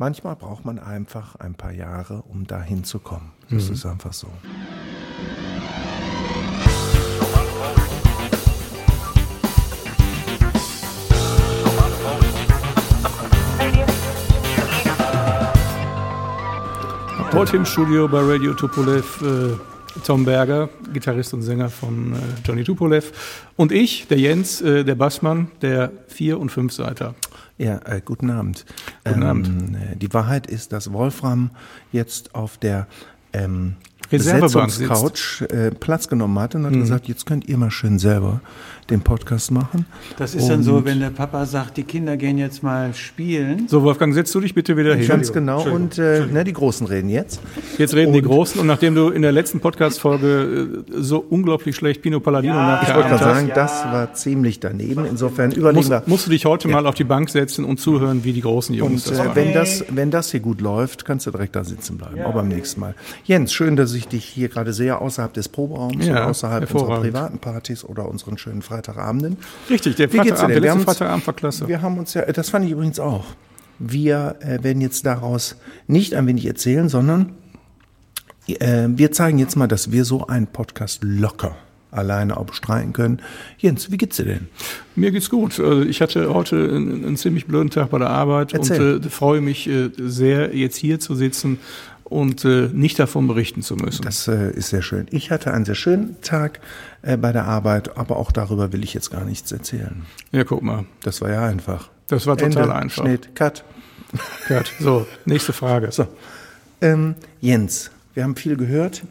manchmal braucht man einfach ein paar Jahre, um da hinzukommen. Das ist einfach so. Heute im Studio bei Radio Tupolev Tom Berger, Gitarrist und Sänger von Johnny Tupolev, und ich, der Jens, der Bassmann, der 4- und 5-Seiter. Ja, guten Abend. Guten Abend. Die Wahrheit ist, dass Wolfram jetzt auf der Reservebank-Couch Platz genommen hat und hat gesagt, jetzt könnt ihr mal schön selber den Podcast machen. Das ist dann so, wenn der Papa sagt, die Kinder gehen jetzt mal spielen. So, Wolfgang, setz du dich bitte wieder hin. Ganz genau. Und die Großen reden jetzt. Jetzt reden die Großen, und nachdem du in der letzten Podcast-Folge so unglaublich schlecht Pino Palladino Ich wollte nachgeahmt gerade hast, sagen, das war ziemlich daneben. Insofern überlegen wir. musst du dich heute mal auf die Bank setzen und zuhören, wie die großen Jungs Und das machen. wenn das hier gut läuft, kannst du direkt da sitzen bleiben, auch beim nächsten Mal. Jens, schön, dass ich dich hier gerade sehe, außerhalb des Proberaums oder außerhalb unserer privaten Partys oder unseren schönen Freitagabenden. Richtig, der letzte Freitagabend war klasse. Wir haben uns das fand ich übrigens auch. Wir werden jetzt daraus nicht ein wenig erzählen, sondern wir zeigen jetzt mal, dass wir so einen Podcast locker alleine auch bestreiten können. Jens, wie geht's dir denn? Mir geht's gut. Ich hatte heute einen ziemlich blöden Tag bei der Arbeit. Erzähl. Und freue mich sehr, jetzt hier zu sitzen und nicht davon berichten zu müssen. Das ist sehr schön. Ich hatte einen sehr schönen Tag bei der Arbeit, aber auch darüber will ich jetzt gar nichts erzählen. Ja, guck mal. Das war ja einfach. Das war total Ende, einfach. Schnitt, Cut. So, nächste Frage. So, Jens, wir haben viel gehört.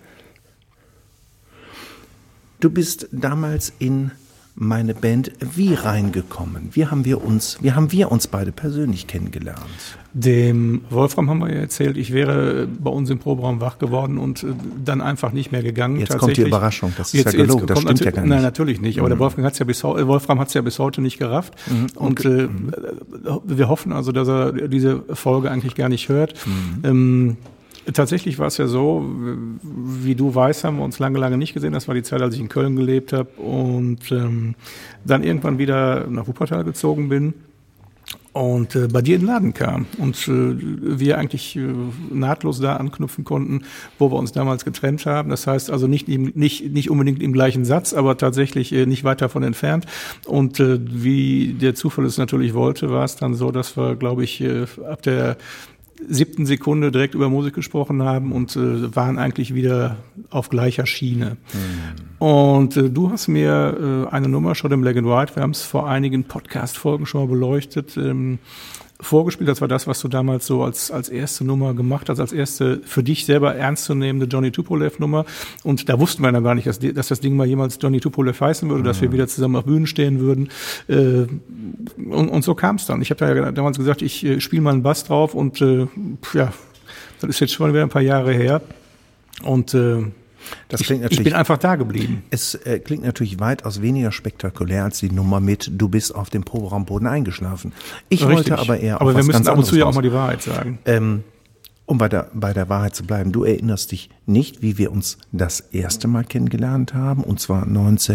Du bist damals in meine Band wie reingekommen? Wie haben wir uns beide persönlich kennengelernt? Dem Wolfram haben wir ja erzählt, ich wäre bei uns im Proberaum wach geworden und dann einfach nicht mehr gegangen. Jetzt kommt die Überraschung, das ist ja gelogen, das stimmt ja gar nicht. Nein, natürlich nicht, aber der Wolfram Wolfram hat es ja bis heute nicht gerafft. Und wir hoffen also, dass er diese Folge eigentlich gar nicht hört. Tatsächlich war es ja so, wie du weißt, haben wir uns lange nicht gesehen. Das war die Zeit, als ich in Köln gelebt habe und dann irgendwann wieder nach Wuppertal gezogen bin und bei dir in den Laden kam und wir eigentlich nahtlos da anknüpfen konnten, wo wir uns damals getrennt haben. Das heißt also nicht unbedingt im gleichen Satz, aber tatsächlich nicht weit davon entfernt. Und wie der Zufall es natürlich wollte, war es dann so, dass wir, glaube ich, ab der 7. Sekunde direkt über Musik gesprochen haben und waren eigentlich wieder auf gleicher Schiene. Und du hast mir eine Nummer, schon im Black and White, wir haben es vor einigen Podcast-Folgen schon mal beleuchtet, vorgespielt. Das war das, was du damals so als erste Nummer gemacht hast, als erste für dich selber ernstzunehmende Johnny Tupolev-Nummer. Und da wussten wir ja gar nicht, dass das Ding mal jemals Johnny Tupolev heißen würde, dass wir wieder zusammen auf Bühnen stehen würden. Und so kam es dann. Ich habe ja damals gesagt, ich spiele mal einen Bass drauf und das ist jetzt schon wieder ein paar Jahre her. Und das klingt natürlich, ich bin einfach da geblieben. Es klingt natürlich weitaus weniger spektakulär als die Nummer mit "Du bist auf dem Proberaumboden eingeschlafen". Ich wollte aber eher auf was ganz anderes. Aber wir müssen ab und zu ja auch mal die Wahrheit sagen. Um bei der Wahrheit zu bleiben, du erinnerst dich nicht, wie wir uns das erste Mal kennengelernt haben, und zwar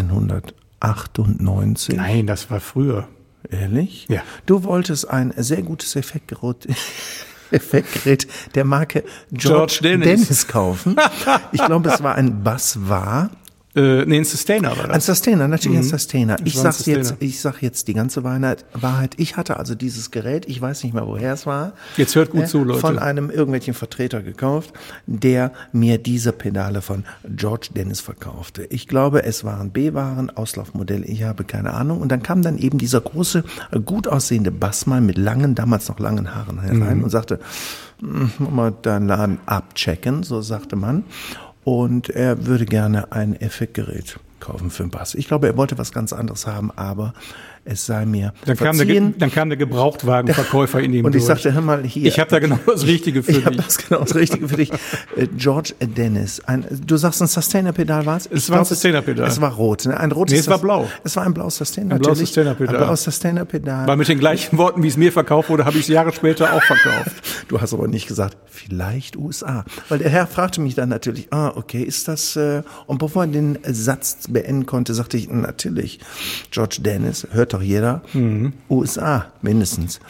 1998. Nein, das war früher. Ehrlich? Ja. Du wolltest ein sehr gutes Effektgerät der Marke George Dennis kaufen. Ich glaube, es war ein Bass-War. Ein Sustainer war das. Ein Sustainer, natürlich ein Sustainer. Ich sag Sustainer. jetzt die ganze Wahrheit. Ich hatte also dieses Gerät, ich weiß nicht mehr, woher es war. Jetzt hört gut zu, Leute. Von einem irgendwelchen Vertreter gekauft, der mir diese Pedale von George Dennis verkaufte. Ich glaube, es waren B-Waren, Auslaufmodelle, ich habe keine Ahnung. Und dann kam dann eben dieser große, gut aussehende Bassmann mit damals noch langen Haaren herein und sagte, mal deinen Laden abchecken, so sagte man. Und er würde gerne ein Effektgerät kaufen für den Bass. Ich glaube, er wollte was ganz anderes haben, aber es sei mir verziehen. Dann kam der Gebrauchtwagenverkäufer in ihm und durch. Ich sagte, hör mal hier. Ich habe da genau das Richtige für dich. Ich habe das genau das Richtige für dich. George Dennis. Du sagst, ein Sustainer-Pedal war es? Es war ein Sustainer-Pedal. Es war rot. Ne? Ein rotes. Nee, es war blau. Es war ein blaues Sustainer. Ein blaues Sustainer-Pedal. Ein blaues Sustainer-Pedal. Weil mit den gleichen Worten, wie es mir verkauft wurde, habe ich es Jahre später auch verkauft. Du hast aber nicht gesagt, vielleicht USA. Weil der Herr fragte mich dann natürlich, okay, ist das, und bevor er den Satz beenden konnte, sagte ich, natürlich, George Dennis, hört doch jeder, USA mindestens.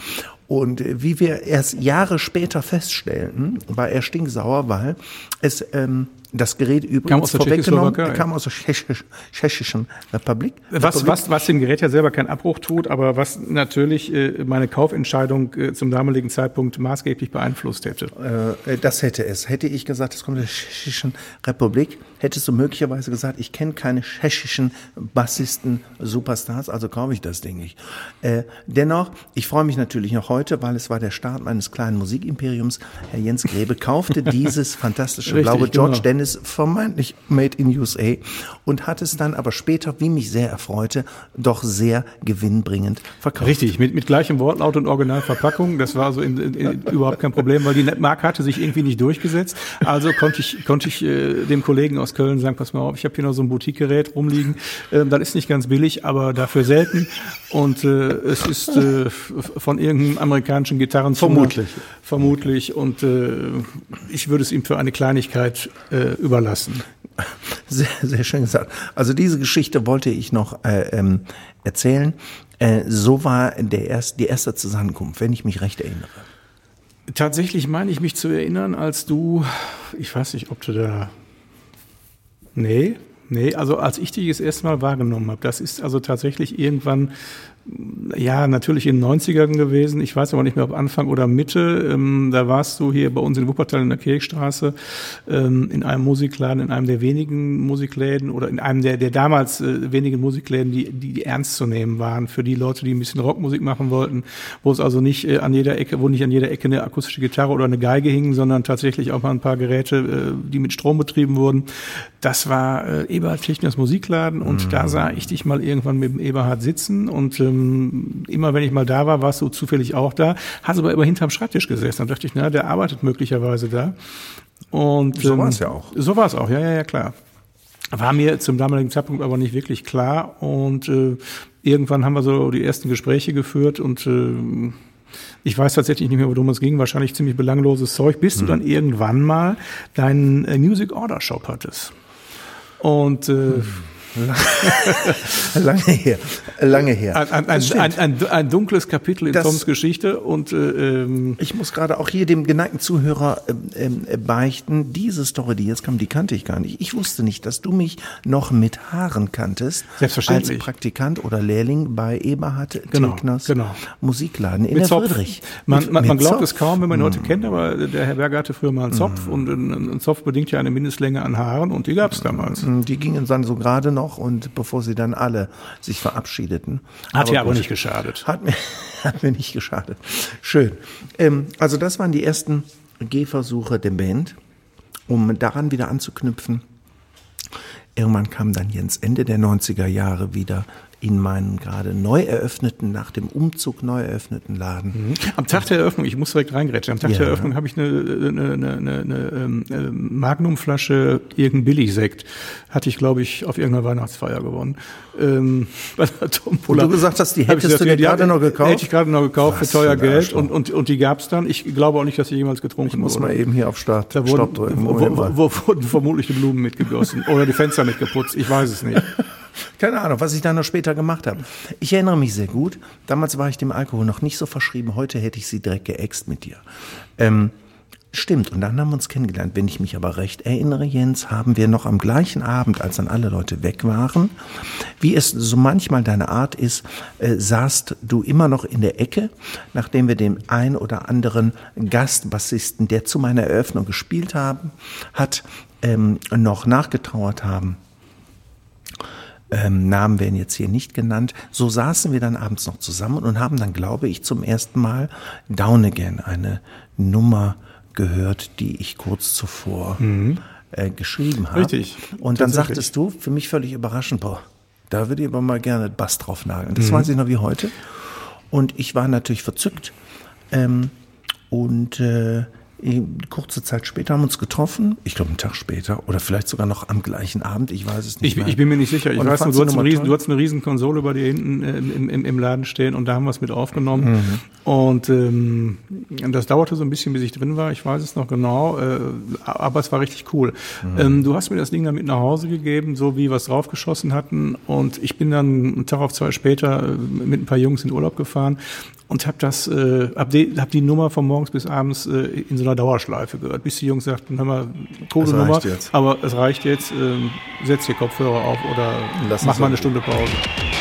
Und wie wir erst Jahre später feststellten, war er stinksauer, weil es das Gerät übrigens vorweggenommen kam aus der Tschechischen Republik. Was dem Gerät ja selber keinen Abbruch tut, aber was natürlich meine Kaufentscheidung zum damaligen Zeitpunkt maßgeblich beeinflusst hätte. Das hätte es. Hätte ich gesagt, es kommt aus der Tschechischen Republik, hättest du möglicherweise gesagt, ich kenne keine tschechischen Bassisten, Superstars, also kaufe ich das Ding nicht. Dennoch, ich freue mich natürlich noch heute, weil es war der Start meines kleinen Musikimperiums. Herr Jens Grebe kaufte dieses fantastische blaue George Dennis, vermeintlich made in USA, und hat es dann aber später, wie mich sehr erfreute, doch sehr gewinnbringend verkauft. Richtig, mit gleichem Wortlaut und Originalverpackung. Das war so überhaupt kein Problem, weil die Marke hatte sich irgendwie nicht durchgesetzt. Also konnte ich dem Kollegen aus Köln sagen, pass mal auf, ich habe hier noch so ein Boutique-Gerät rumliegen. Das ist nicht ganz billig, aber dafür selten. Und es ist von irgendeinem amerikanischen Gitarrenzünder. Vermutlich. Und ich würde es ihm für eine Kleinigkeit überlassen. Sehr, sehr schön gesagt. Also diese Geschichte wollte ich noch erzählen. So war die erste Zusammenkunft, wenn ich mich recht erinnere. Tatsächlich meine ich mich zu erinnern, als du, ich weiß nicht, ob du da... Nee, also als ich dich das erste Mal wahrgenommen habe, das ist also tatsächlich irgendwann, ja, natürlich in den 90ern gewesen, ich weiß aber nicht mehr, ob Anfang oder Mitte, da warst du hier bei uns in Wuppertal in der Kirchstraße, in einem Musikladen, in einem der wenigen Musikläden oder in einem der damals wenigen Musikläden, die ernst zu nehmen waren für die Leute, die ein bisschen Rockmusik machen wollten, wo es also nicht an jeder Ecke eine akustische Gitarre oder eine Geige hing, sondern tatsächlich auch mal ein paar Geräte, die mit Strom betrieben wurden. Das war Eberhard Kirchners Musikladen, und da sah ich dich mal irgendwann mit dem Eberhard sitzen, und immer wenn ich mal da war, warst du zufällig auch da, hast aber immer hinterm Schreibtisch gesessen. Dann dachte ich, na, der arbeitet möglicherweise da. Und so war es ja auch. So war es auch, ja, klar. War mir zum damaligen Zeitpunkt aber nicht wirklich klar, und irgendwann haben wir so die ersten Gespräche geführt, und ich weiß tatsächlich nicht mehr, worum es ging, wahrscheinlich ziemlich belangloses Zeug, bis du dann irgendwann mal deinen Music Order Shop hattest. Und Lange her. Ein dunkles Kapitel in Toms Geschichte, und ich muss gerade auch hier dem geneigten Zuhörer beichten, diese Story, die jetzt kam, die kannte ich gar nicht. Ich wusste nicht, dass du mich noch mit Haaren kanntest. Selbstverständlich. Als Praktikant oder Lehrling bei Eberhard Kirchners Musikladen in mit der Friedrich. Man glaubt es kaum, wenn man ihn heute kennt, aber der Herr Berger hatte früher mal einen Zopf, und ein Zopf bedingt ja eine Mindestlänge an Haaren, und die gab es damals. Die gingen dann so gerade noch, und bevor sie dann alle sich verabschiedeten. Hat ja aber nicht geschadet. Hat mir nicht geschadet. Schön. Also das waren die ersten Gehversuche der Band, um daran wieder anzuknüpfen. Irgendwann kam dann Jens Ende der 90er Jahre wieder in meinen gerade nach dem Umzug neu eröffneten Laden. Am Tag der Eröffnung, ich muss direkt reingrätschen, am Tag der Eröffnung habe ich eine Magnumflasche irgendein Billigsekt, hatte ich, glaube ich, auf irgendeiner Weihnachtsfeier gewonnen. Bei der Tombola. Und du gesagt hast, die hättest du dir gerade noch gekauft? Hätte ich gerade noch gekauft für teuer Geld, und die gab es dann. Ich glaube auch nicht, dass sie jemals getrunken wurde. Ich muss mal eben hier auf Stopp drücken. Wurden vermutlich die Blumen mitgegossen oder die Fenster mitgeputzt, ich weiß es nicht. Keine Ahnung, was ich da noch später gemacht habe. Ich erinnere mich sehr gut. Damals war ich dem Alkohol noch nicht so verschrieben. Heute hätte ich sie direkt geäxt mit dir. Stimmt, und dann haben wir uns kennengelernt. Wenn ich mich aber recht erinnere, Jens, haben wir noch am gleichen Abend, als dann alle Leute weg waren, wie es so manchmal deine Art ist, saßt du immer noch in der Ecke, nachdem wir den ein oder anderen Gastbassisten, der zu meiner Eröffnung gespielt hat, noch nachgetrauert haben. Namen werden jetzt hier nicht genannt. So saßen wir dann abends noch zusammen und haben dann, glaube ich, zum ersten Mal Down Again, eine Nummer gehört, die ich kurz zuvor geschrieben habe. Richtig. Und dann sagtest du, für mich völlig überraschend, boah, da würde ich aber mal gerne Bass drauf nageln. Das weiß ich noch wie heute. Und ich war natürlich verzückt. kurze Zeit später haben wir uns getroffen, ich glaube einen Tag später oder vielleicht sogar noch am gleichen Abend, ich weiß es nicht mehr. Ich bin mir nicht sicher, ich weiß nur, du hattest eine riesen Konsole bei dir hinten im Laden stehen und da haben wir es mit aufgenommen und das dauerte so ein bisschen, bis ich drin war, ich weiß es noch genau, aber es war richtig cool. Du hast mir das Ding dann mit nach Hause gegeben, so wie wir es draufgeschossen hatten und ich bin dann einen Tag auf 2 später mit ein paar Jungs in Urlaub gefahren und hab die Nummer von morgens bis abends in so einer Dauerschleife gehört, bis die Jungs sagten, hör mal, coole Nummer, aber es reicht jetzt, setz dir Kopfhörer auf oder mach mal eine Stunde Pause.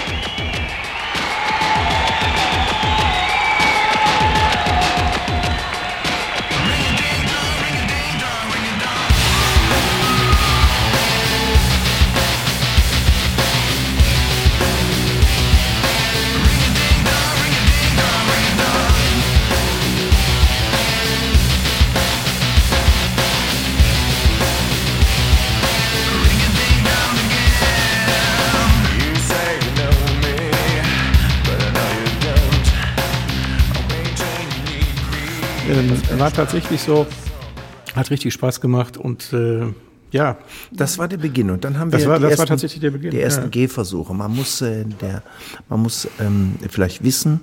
War tatsächlich so, hat richtig Spaß gemacht und ja. Das war der Beginn und dann haben wir die ersten Gehversuche. Man muss vielleicht wissen,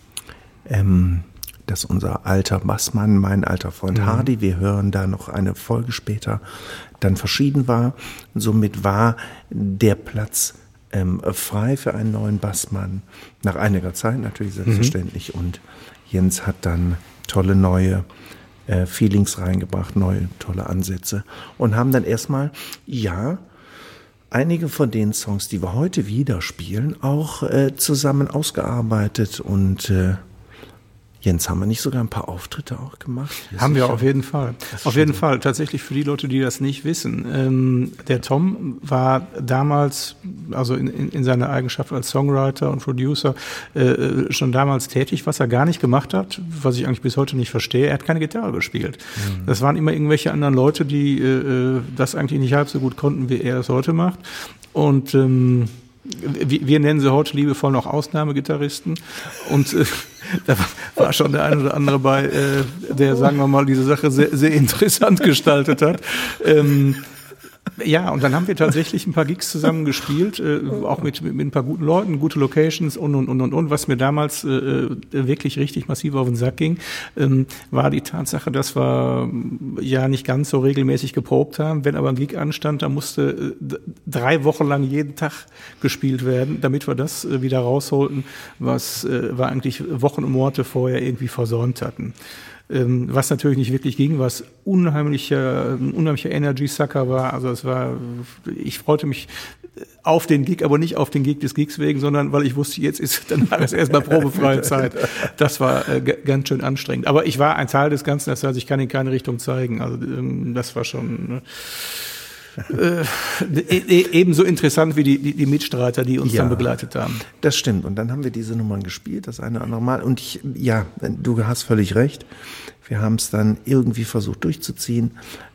dass unser alter Bassmann, mein alter Freund Hardy, wir hören da noch eine Folge später, dann verschieden war. Somit war der Platz frei für einen neuen Bassmann. Nach einiger Zeit natürlich selbstverständlich und Jens hat dann tolle neue Feelings reingebracht, neue tolle Ansätze und haben dann erstmal, einige von den Songs, die wir heute wieder spielen, auch zusammen ausgearbeitet und Jens, haben wir nicht sogar ein paar Auftritte auch gemacht? Haben wir auf jeden Fall. Auf jeden Fall. Tatsächlich für die Leute, die das nicht wissen. Der Tom war damals, also in seiner Eigenschaft als Songwriter und Producer, schon damals tätig, was er gar nicht gemacht hat, was ich eigentlich bis heute nicht verstehe. Er hat keine Gitarre gespielt. Das waren immer irgendwelche anderen Leute, die das eigentlich nicht halb so gut konnten, wie er es heute macht. Und wir nennen sie heute liebevoll noch Ausnahmegitarristen und da war schon der eine oder andere bei, der, sagen wir mal, diese Sache sehr, sehr interessant gestaltet hat. Ja, und dann haben wir tatsächlich ein paar Gigs zusammen gespielt, auch mit ein paar guten Leuten, gute Locations und. Was mir damals wirklich richtig massiv auf den Sack ging, war die Tatsache, dass wir ja nicht ganz so regelmäßig geprobt haben. Wenn aber ein Gig anstand, da musste 3 Wochen lang jeden Tag gespielt werden, damit wir das wieder rausholten, was wir eigentlich Wochen und Monate vorher irgendwie versäumt hatten. Was natürlich nicht wirklich ging, was ein unheimlicher Energy-Sucker war. Also ich freute mich auf den Gig, aber nicht auf den Gig des Gigs wegen, sondern weil ich wusste, jetzt ist danach erstmal probefreie Zeit. Das war ganz schön anstrengend. Aber ich war ein Teil des Ganzen, das heißt, ich kann in keine Richtung zeigen. Also das war schon ebenso interessant wie die Mitstreiter, die uns dann begleitet haben. Das stimmt. Und dann haben wir diese Nummern gespielt, das eine oder andere Mal. Und du hast völlig recht. Wir haben es dann irgendwie versucht durchzuziehen.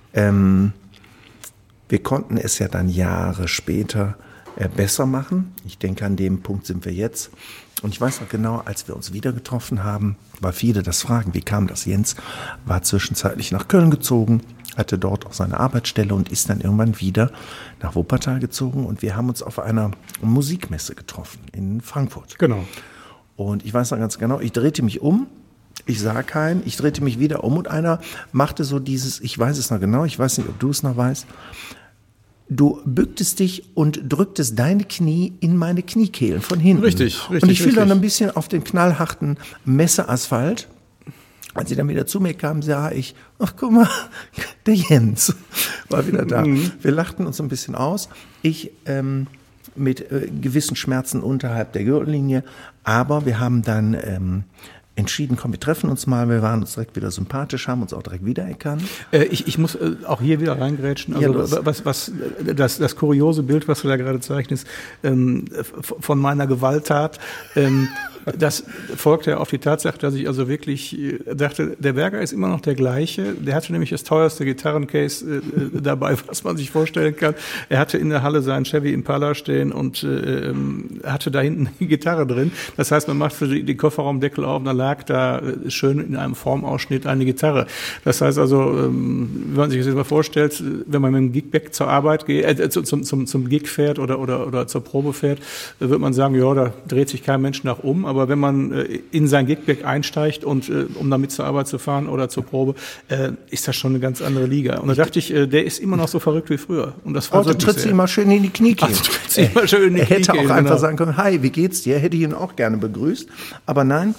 Wir konnten es ja dann Jahre später besser machen. Ich denke, an dem Punkt sind wir jetzt. Und ich weiß noch genau, als wir uns wieder getroffen haben, weil viele das fragen, wie kam das? Jens war zwischenzeitlich nach Köln gezogen, hatte dort auch seine Arbeitsstelle und ist dann irgendwann wieder nach Wuppertal gezogen. Und wir haben uns auf einer Musikmesse getroffen in Frankfurt. Genau. Und ich weiß noch ganz genau, ich drehte mich um, ich sah keinen, ich drehte mich wieder um und einer machte so dieses, ich weiß es noch genau, ich weiß nicht, ob du es noch weißt, du bücktest dich und drücktest deine Knie in meine Kniekehlen von hinten. Richtig. Und ich fiel dann ein bisschen auf den knallharten Messeasphalt. Als sie dann wieder zu mir kamen, sah ich, ach guck mal, der Jens war wieder da. Wir lachten uns ein bisschen aus. Ich mit gewissen Schmerzen unterhalb der Gürtellinie. Aber wir haben dann entschieden, komm, wir treffen uns mal. Wir waren uns direkt wieder sympathisch, haben uns auch direkt wiedererkannt. Ich muss auch hier wieder reingrätschen. Also das kuriose Bild, was du da gerade zeichnest, von meiner Gewalttat, das folgt ja auf die Tatsache, dass ich also wirklich dachte, der Berger ist immer noch der gleiche. Der hatte nämlich das teuerste Gitarrencase dabei, was man sich vorstellen kann. Er hatte in der Halle seinen Chevy Impala stehen und hatte da hinten die Gitarre drin. Das heißt, man macht für die Kofferraumdeckel auf, dann lag lag da schön in einem Formausschnitt eine Gitarre. Das heißt also, wenn man sich das jetzt mal vorstellt, wenn man mit dem Gigbag zur Arbeit geht, zum Gig fährt oder zur Probe fährt, wird man sagen, ja, da dreht sich kein Mensch nach um. Aber wenn man in sein Gigbag einsteigt und um damit zur Arbeit zu fahren oder zur Probe, ist das schon eine ganz andere Liga. Und da dachte ich, der ist immer noch so verrückt wie früher. Und das freut mich sehr. Also tritt sie immer schön in die Knie gehen. Er hätte auch einfach sagen können, hi, wie geht's dir? Hätte ich ihn auch gerne begrüßt. Aber nein,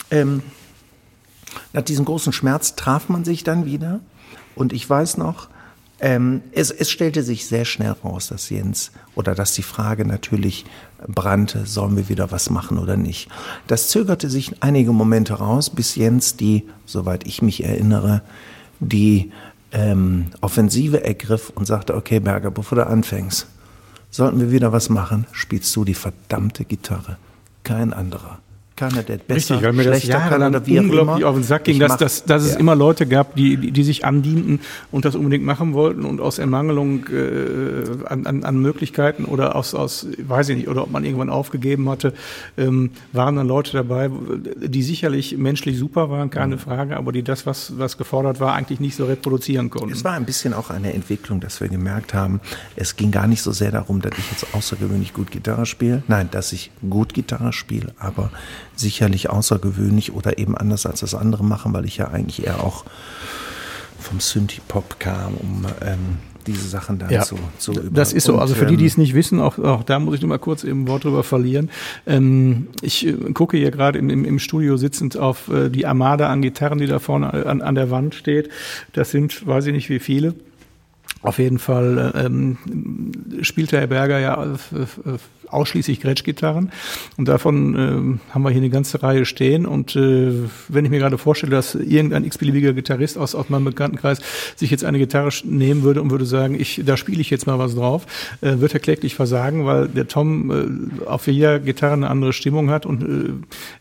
nach diesem großen Schmerz traf man sich dann wieder. Und ich weiß noch, es stellte sich sehr schnell raus, dass die Frage natürlich brannte, sollen wir wieder was machen oder nicht. Das zögerte sich einige Momente raus, bis Jens soweit ich mich erinnere, die Offensive ergriff und sagte, okay Berger, bevor du anfängst, sollten wir wieder was machen, spielst du die verdammte Gitarre. Kein anderer. Keiner, der besser, richtig, weil mir das jahrelang unglaublich auf den Sack ging, dass es immer Leute gab, die sich andienten und das unbedingt machen wollten und aus Ermangelung an Möglichkeiten oder aus weiß ich nicht, oder ob man irgendwann aufgegeben hatte, waren dann Leute dabei, die sicherlich menschlich super waren, keine Frage, aber die das, was gefordert war, eigentlich nicht so reproduzieren konnten. Es war ein bisschen auch eine Entwicklung, dass wir gemerkt haben, es ging gar nicht so sehr darum, dass ich jetzt außergewöhnlich gut Gitarre spiele. Nein, dass ich gut Gitarre spiele, aber sicherlich außergewöhnlich oder eben anders als das andere machen, weil ich ja eigentlich eher auch vom Synthie-Pop kam, um diese Sachen dann zu über. Das ist so. Also für die es nicht wissen, auch da muss ich nur mal kurz eben ein Wort drüber verlieren. Ich gucke hier gerade im Studio sitzend auf die Armada an Gitarren, die da vorne an der Wand steht. Das sind, weiß ich nicht wie viele. Auf jeden Fall spielt der Herr Berger ja ausschließlich Gretsch-Gitarren und davon haben wir hier eine ganze Reihe stehen und wenn ich mir gerade vorstelle, dass irgendein x-beliebiger Gitarrist aus meinem Bekanntenkreis sich jetzt eine Gitarre nehmen würde und würde sagen, da spiele ich jetzt mal was drauf, wird er kläglich versagen, weil der Tom auf jeder Gitarre eine andere Stimmung hat und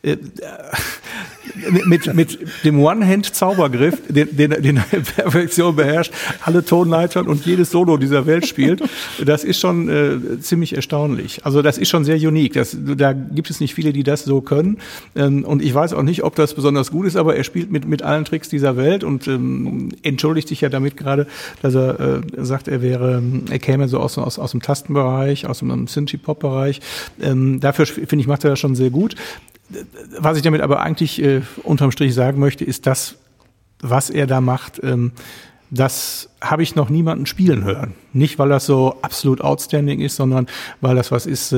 mit dem One-Hand-Zaubergriff, den er in Perfektion beherrscht, alle Tonleitern und jedes Solo dieser Welt spielt, das ist schon ziemlich erstaunlich. Also das ist schon sehr unique. Da gibt es nicht viele, die das so können. Und ich weiß auch nicht, ob das besonders gut ist, aber er spielt mit allen Tricks dieser Welt und entschuldigt sich ja damit gerade, dass er sagt, er käme so aus dem Tastenbereich, aus dem Synthie-Pop-Bereich. Dafür, finde ich, macht er das schon sehr gut. Was ich damit aber eigentlich unterm Strich sagen möchte, ist das, was er da macht, das habe ich noch niemanden spielen hören. Nicht, weil das so absolut outstanding ist, sondern weil das was ist,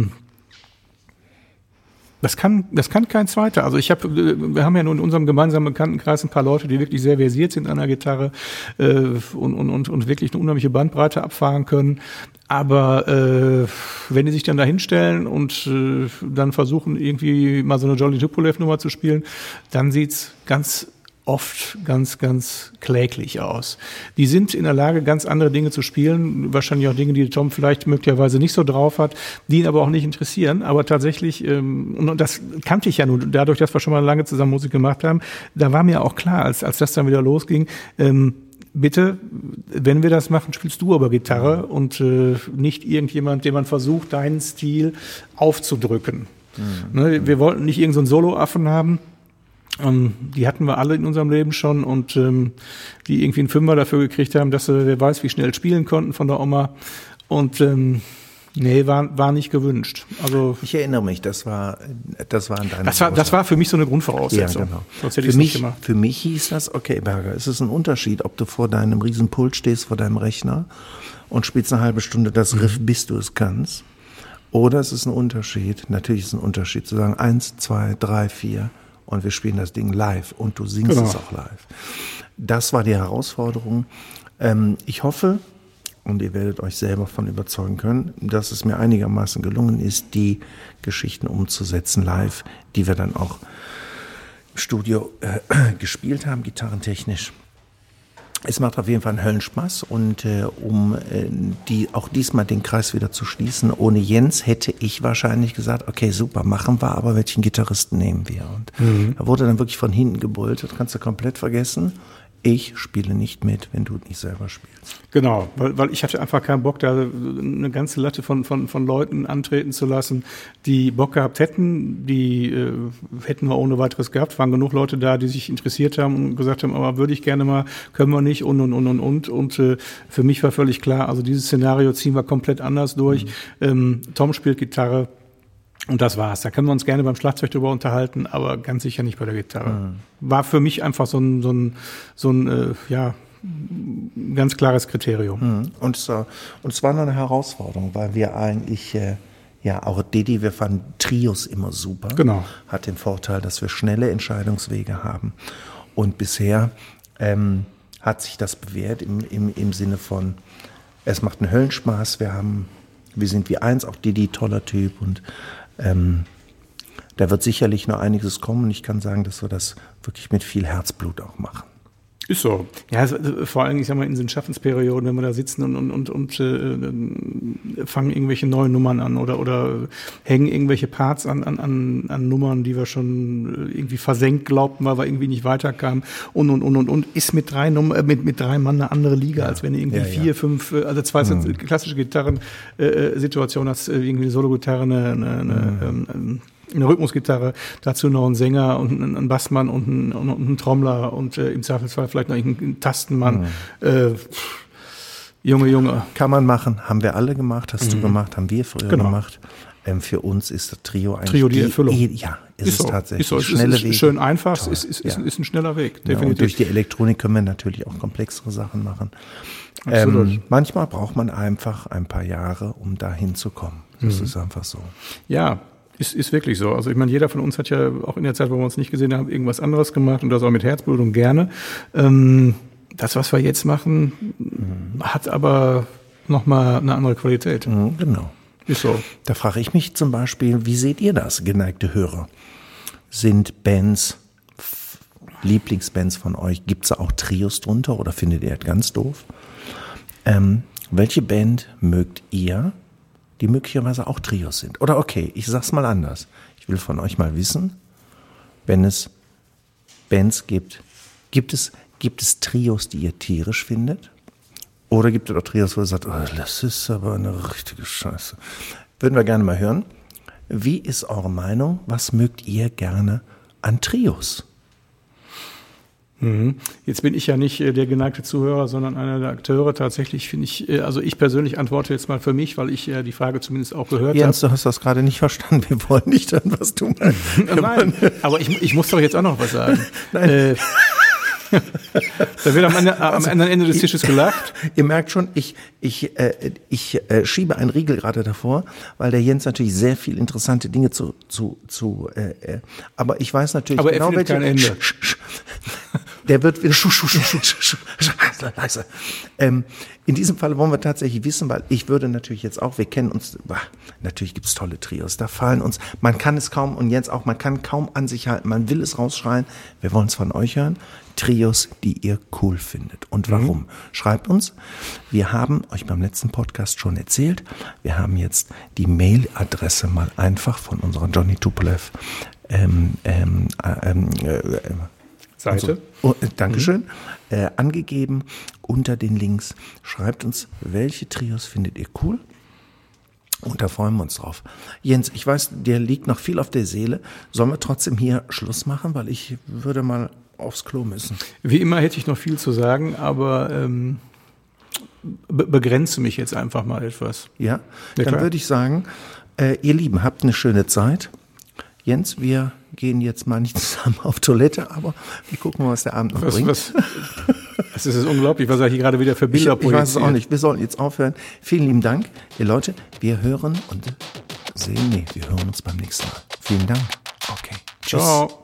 das kann kein zweiter. Also wir haben ja nun in unserem gemeinsamen Bekanntenkreis ein paar Leute, die wirklich sehr versiert sind an der Gitarre und wirklich eine unheimliche Bandbreite abfahren können. Aber wenn die sich dann da hinstellen und dann versuchen, irgendwie mal so eine Jolly Tupolev-Nummer zu spielen, dann sieht's ganz oft ganz, ganz kläglich aus. Die sind in der Lage, ganz andere Dinge zu spielen, wahrscheinlich auch Dinge, die Tom vielleicht möglicherweise nicht so drauf hat, die ihn aber auch nicht interessieren. Aber tatsächlich, und das kannte ich ja nun, dadurch, dass wir schon mal lange zusammen Musik gemacht haben, da war mir auch klar, als das dann wieder losging, bitte, wenn wir das machen, spielst du aber Gitarre und nicht irgendjemand, dem man versucht, deinen Stil aufzudrücken. Mhm. Ne, wir wollten nicht irgendeinen Solo-Affen haben. Die hatten wir alle in unserem Leben schon und die irgendwie einen Fünfer dafür gekriegt haben, dass sie, wer weiß, wie schnell spielen konnten von der Oma. Und nee, war nicht gewünscht. Also ich erinnere mich, das war an deinem Das war für mich so eine Grundvoraussetzung. Ja, genau. Sonst hätte ich es nicht gemacht. Für mich hieß das, okay, Berger, es ist ein Unterschied, ob du vor deinem Riesenpult stehst, vor deinem Rechner und spielst eine halbe Stunde das Riff, bis du es kannst. Oder es ist ein Unterschied, natürlich ist es ein Unterschied, zu sagen 1, 2, 3, 4 und wir spielen das Ding live und du singst es auch live. Das war die Herausforderung. Ich hoffe, und ihr werdet euch selber von überzeugen können, dass es mir einigermaßen gelungen ist, die Geschichten umzusetzen live, die wir dann auch im Studio gespielt haben, gitarrentechnisch. Es macht auf jeden Fall einen Höllenspaß und um auch diesmal den Kreis wieder zu schließen, ohne Jens hätte ich wahrscheinlich gesagt, okay, super, machen wir, aber welchen Gitarristen nehmen wir? Und da wurde dann wirklich von hinten gebrüllt, das kannst du komplett vergessen. ich spiele nicht mit, wenn du nicht selber spielst. Genau, weil ich hatte einfach keinen Bock, da eine ganze Latte von Leuten antreten zu lassen, die Bock gehabt hätten, die hätten wir ohne weiteres gehabt, waren genug Leute da, die sich interessiert haben und gesagt haben, aber würde ich gerne mal, können wir nicht und. Und für mich war völlig klar, also dieses Szenario ziehen wir komplett anders durch. Tom spielt Gitarre. Und das war's. Da können wir uns gerne beim Schlagzeug drüber unterhalten, aber ganz sicher nicht bei der Gitarre. War für mich einfach so ein ganz klares Kriterium. Und es war noch eine Herausforderung, weil wir eigentlich, auch Didi, wir fanden Trios immer super. Genau. Hat den Vorteil, dass wir schnelle Entscheidungswege haben. Und bisher hat sich das bewährt im Sinne von, es macht einen Höllenspaß, wir sind wie eins, auch Didi, toller Typ und da wird sicherlich noch einiges kommen und ich kann sagen, dass wir das wirklich mit viel Herzblut auch machen. Ist so. Ja, also, vor allem, ich sag mal, in den Schaffensperioden, wenn wir da sitzen und fangen irgendwelche neuen Nummern an oder hängen irgendwelche Parts an Nummern, die wir schon irgendwie versenkt glaubten, weil wir irgendwie nicht weiterkamen und ist mit drei Mann eine andere Liga, als wenn du irgendwie 4, 5, also zwei klassische Gitarren-Situationen hast, irgendwie eine Solo-Gitarre, eine Rhythmusgitarre, dazu noch ein Sänger und ein Bassmann und ein Trommler und im Zweifelsfall vielleicht noch ein Tastenmann. Junge. Kann man machen, haben wir alle gemacht, hast du gemacht, haben wir früher gemacht. Für uns ist das Trio eigentlich die Erfüllung. Ist so, tatsächlich. Ist schnelle Weg. Schön einfach, ist ein schneller Weg, definitiv. Ja, und durch die Elektronik können wir natürlich auch komplexere Sachen machen. Manchmal braucht man einfach ein paar Jahre, um da hinzukommen. Das ist einfach so. Ja. Ist wirklich so. Also ich meine, jeder von uns hat ja auch in der Zeit, wo wir uns nicht gesehen haben, irgendwas anderes gemacht und das auch mit Herzblut und gerne. Das, was wir jetzt machen, hat aber nochmal eine andere Qualität. Genau. Ist so. Da frage ich mich zum Beispiel, wie seht ihr das, geneigte Hörer? Sind Bands, Lieblingsbands von euch, gibt es da auch Trios drunter oder findet ihr das ganz doof? Welche Band mögt ihr, die möglicherweise auch Trios sind? Oder okay, ich sag's mal anders. Ich will von euch mal wissen, wenn es Bands gibt es Trios, die ihr tierisch findet? Oder gibt es auch Trios, wo ihr sagt, das ist aber eine richtige Scheiße? Würden wir gerne mal hören. Wie ist eure Meinung? Was mögt ihr gerne an Trios? Jetzt bin ich ja nicht der geneigte Zuhörer, sondern einer der Akteure. Tatsächlich finde ich, also ich persönlich antworte jetzt mal für mich, weil ich die Frage zumindest auch gehört habe. Jens, du hast das gerade nicht verstanden. Wir wollen nicht hören, was du meinst. Nein, aber ich muss doch jetzt auch noch was sagen. Nein. Da wird am anderen Ende des Tisches gelacht. Ihr merkt schon, ich schiebe einen Riegel gerade davor, weil der Jens natürlich sehr viel interessante Dinge aber ich weiß natürlich aber genau, welche. Kein Ende. Der wird wieder leise. In diesem Fall wollen wir tatsächlich wissen, weil ich würde natürlich jetzt auch, wir kennen uns, natürlich gibt's tolle Trios, da fallen uns, man kann es kaum, und Jens auch, man kann kaum an sich halten, man will es rausschreien, wir wollen es von euch hören, Trios, die ihr cool findet und warum. Schreibt uns, wir haben euch beim letzten Podcast schon erzählt, wir haben jetzt die Mailadresse mal einfach von unserer Johnny Tupolev Seite. Dankeschön. Angegeben unter den Links. Schreibt uns, welche Trios findet ihr cool? Und da freuen wir uns drauf. Jens, ich weiß, dir liegt noch viel auf der Seele. Sollen wir trotzdem hier Schluss machen? Weil ich würde mal aufs Klo müssen. Wie immer hätte ich noch viel zu sagen, aber begrenze mich jetzt einfach mal etwas. Ja, dann würde ich sagen, ihr Lieben, habt eine schöne Zeit. Jens, wir gehen jetzt mal nicht zusammen auf Toilette, aber wir gucken mal, was der Abend noch bringt. Das ist unglaublich, was er hier gerade wieder für Bilder projiziert. Ich weiß es auch nicht. Wir sollten jetzt aufhören. Vielen lieben Dank. Ihr Leute, wir hören wir hören uns beim nächsten Mal. Vielen Dank. Okay. Tschüss. Ciao.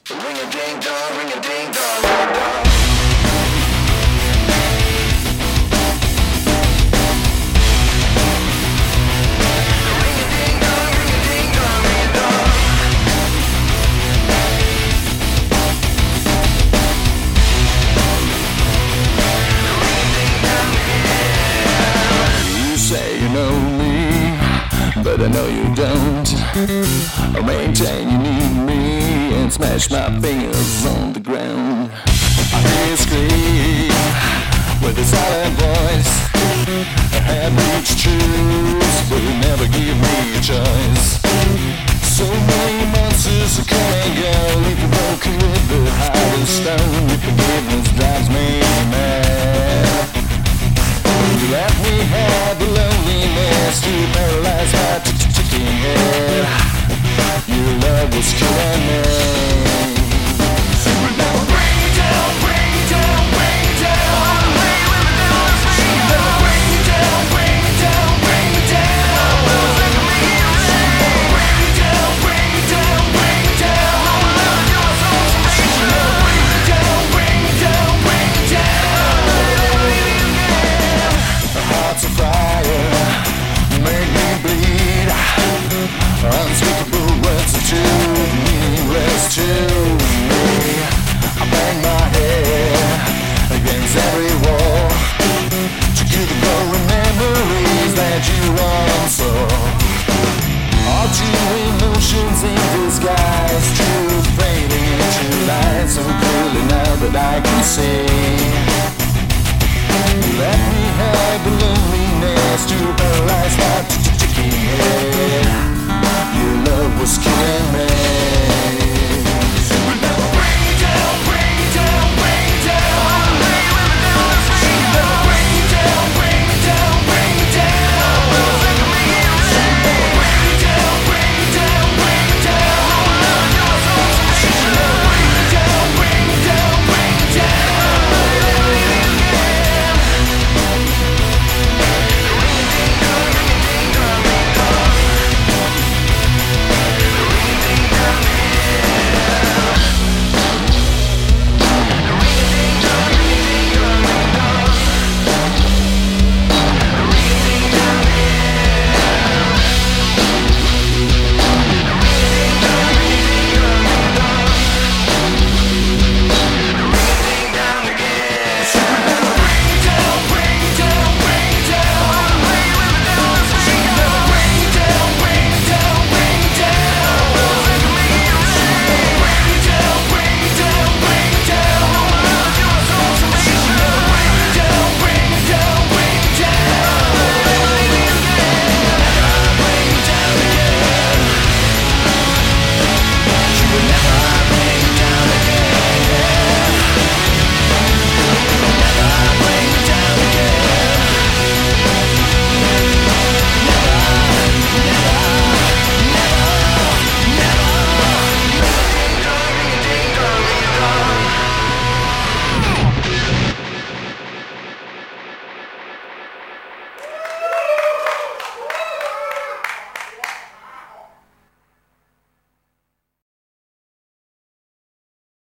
But I know you don't. I maintain you need me and smash my fingers on the ground. I hear you scream. bad boy.